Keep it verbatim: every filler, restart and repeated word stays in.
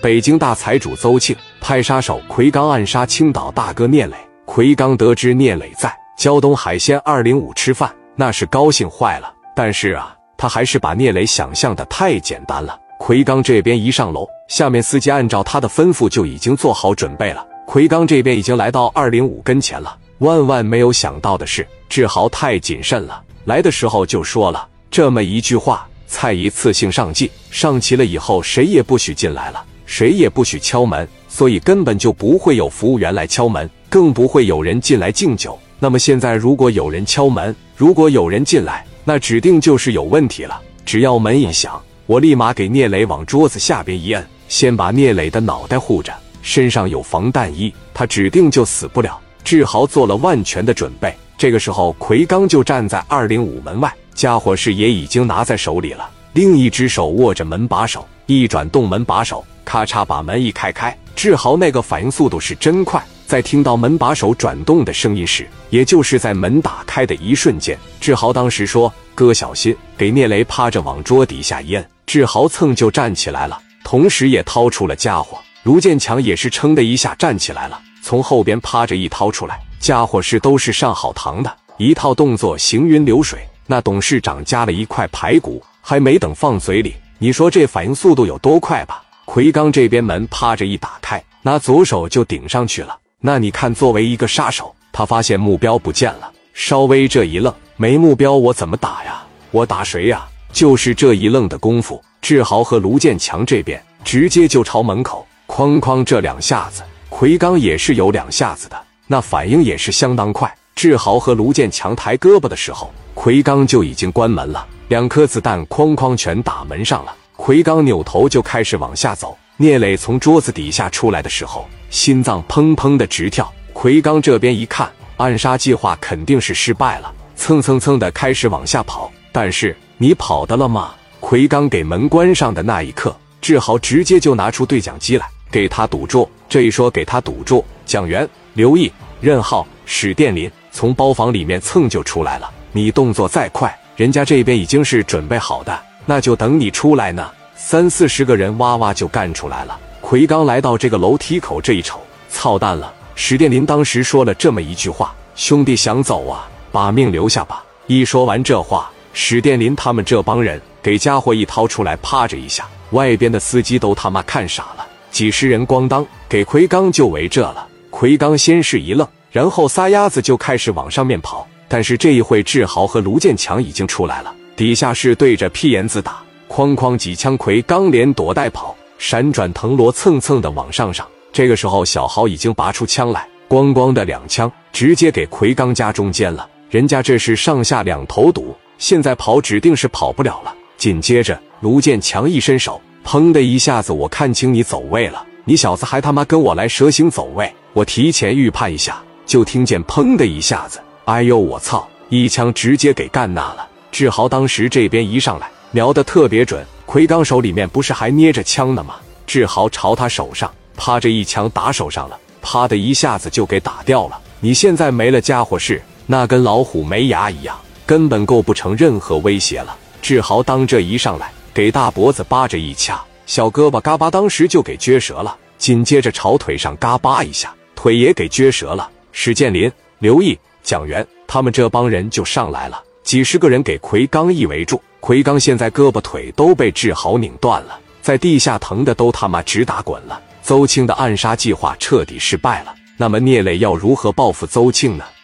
北京大财主邹庆派杀手奎刚暗杀青岛大哥聂磊。奎刚得知聂磊在胶东海鲜二零五吃饭，那是高兴坏了。但是啊，他还是把聂磊想象的太简单了。奎刚这边一上楼，下面司机按照他的吩咐就已经做好准备了。奎刚这边已经来到二零五跟前了。万万没有想到的是，志豪太谨慎了，来的时候就说了这么一句话：菜一次性上齐，上齐了以后谁也不许进来了，谁也不许敲门，所以根本就不会有服务员来敲门，更不会有人进来敬酒。那么现在如果有人敲门，如果有人进来，那指定就是有问题了。只要门一响，我立马给聂磊往桌子下边一摁，先把聂磊的脑袋护着，身上有防弹衣，他指定就死不了。志豪做了万全的准备。这个时候奎刚就站在二零五门外，家伙事也已经拿在手里了，另一只手握着门把手，一转动门把手，咔嚓把门一开开。志豪那个反应速度是真快，在听到门把手转动的声音时，也就是在门打开的一瞬间，志豪当时说：哥小心，给聂磊趴着往桌底下一摁。志豪蹭就站起来了，同时也掏出了家伙。卢建强也是撑的一下站起来了，从后边趴着一掏出来，家伙是都是上好膛的，一套动作行云流水。那董事长夹了一块排骨，还没等放嘴里，你说这反应速度有多快吧？奎刚这边门趴着一打开，拿左手就顶上去了。那你看，作为一个杀手，他发现目标不见了，稍微这一愣，没目标我怎么打呀？我打谁呀？就是这一愣的功夫，志豪和卢建强这边直接就朝门口哐哐这两下子，奎刚也是有两下子的，那反应也是相当快。志豪和卢建强抬胳膊的时候，奎刚就已经关门了，两颗子弹哐哐全打门上了。奎刚扭头就开始往下走，聂磊从桌子底下出来的时候，心脏砰砰的直跳。奎刚这边一看，暗杀计划肯定是失败了，蹭蹭蹭的开始往下跑。但是你跑的了吗？奎刚给门关上的那一刻，志豪直接就拿出对讲机来给他堵住。这一说给他堵住，蒋元、刘毅、任浩、史殿林从包房里面蹭就出来了。你动作再快，人家这边已经是准备好的，那就等你出来呢。三四十个人哇哇就干出来了。奎刚来到这个楼梯口这一瞅，操蛋了！史殿林当时说了这么一句话：兄弟想走啊，把命留下吧。一说完这话，史殿林他们这帮人给家伙一掏出来，啪着一下，外边的司机都他妈看傻了，几十人咣当给奎刚就围这了。奎刚先是一愣，然后撒丫子就开始往上面跑。但是这一会志豪和卢建强已经出来了，底下是对着屁眼子打，哐哐几枪，奎刚连躲带跑，闪转腾挪，蹭蹭的往上上。这个时候小豪已经拔出枪来，咣咣的两枪直接给奎刚夹中间了。人家这是上下两头堵，现在跑指定是跑不了了。紧接着卢建强一伸手，砰的一下子，我看清你走位了，你小子还他妈跟我来蛇形走位，我提前预判一下。就听见砰的一下子，哎呦我操，一枪直接给干那了。志豪当时这边一上来瞄得特别准，奎刚手里面不是还捏着枪呢吗？志豪朝他手上啪着一枪打手上了，啪的一下子就给打掉了。你现在没了家伙事，那跟老虎没牙一样，根本构不成任何威胁了。志豪当这一上来，给大脖子扒着一掐，小胳膊嘎巴当时就给撅折了，紧接着朝腿上嘎巴一下，腿也给撅折了。史建林、刘毅、蒋元他们这帮人就上来了，几十个人给奎刚一围住。奎刚现在胳膊腿都被志豪拧断了，在地下疼的都他妈直打滚了。邹庆的暗杀计划彻底失败了，那么聂磊要如何报复邹庆呢？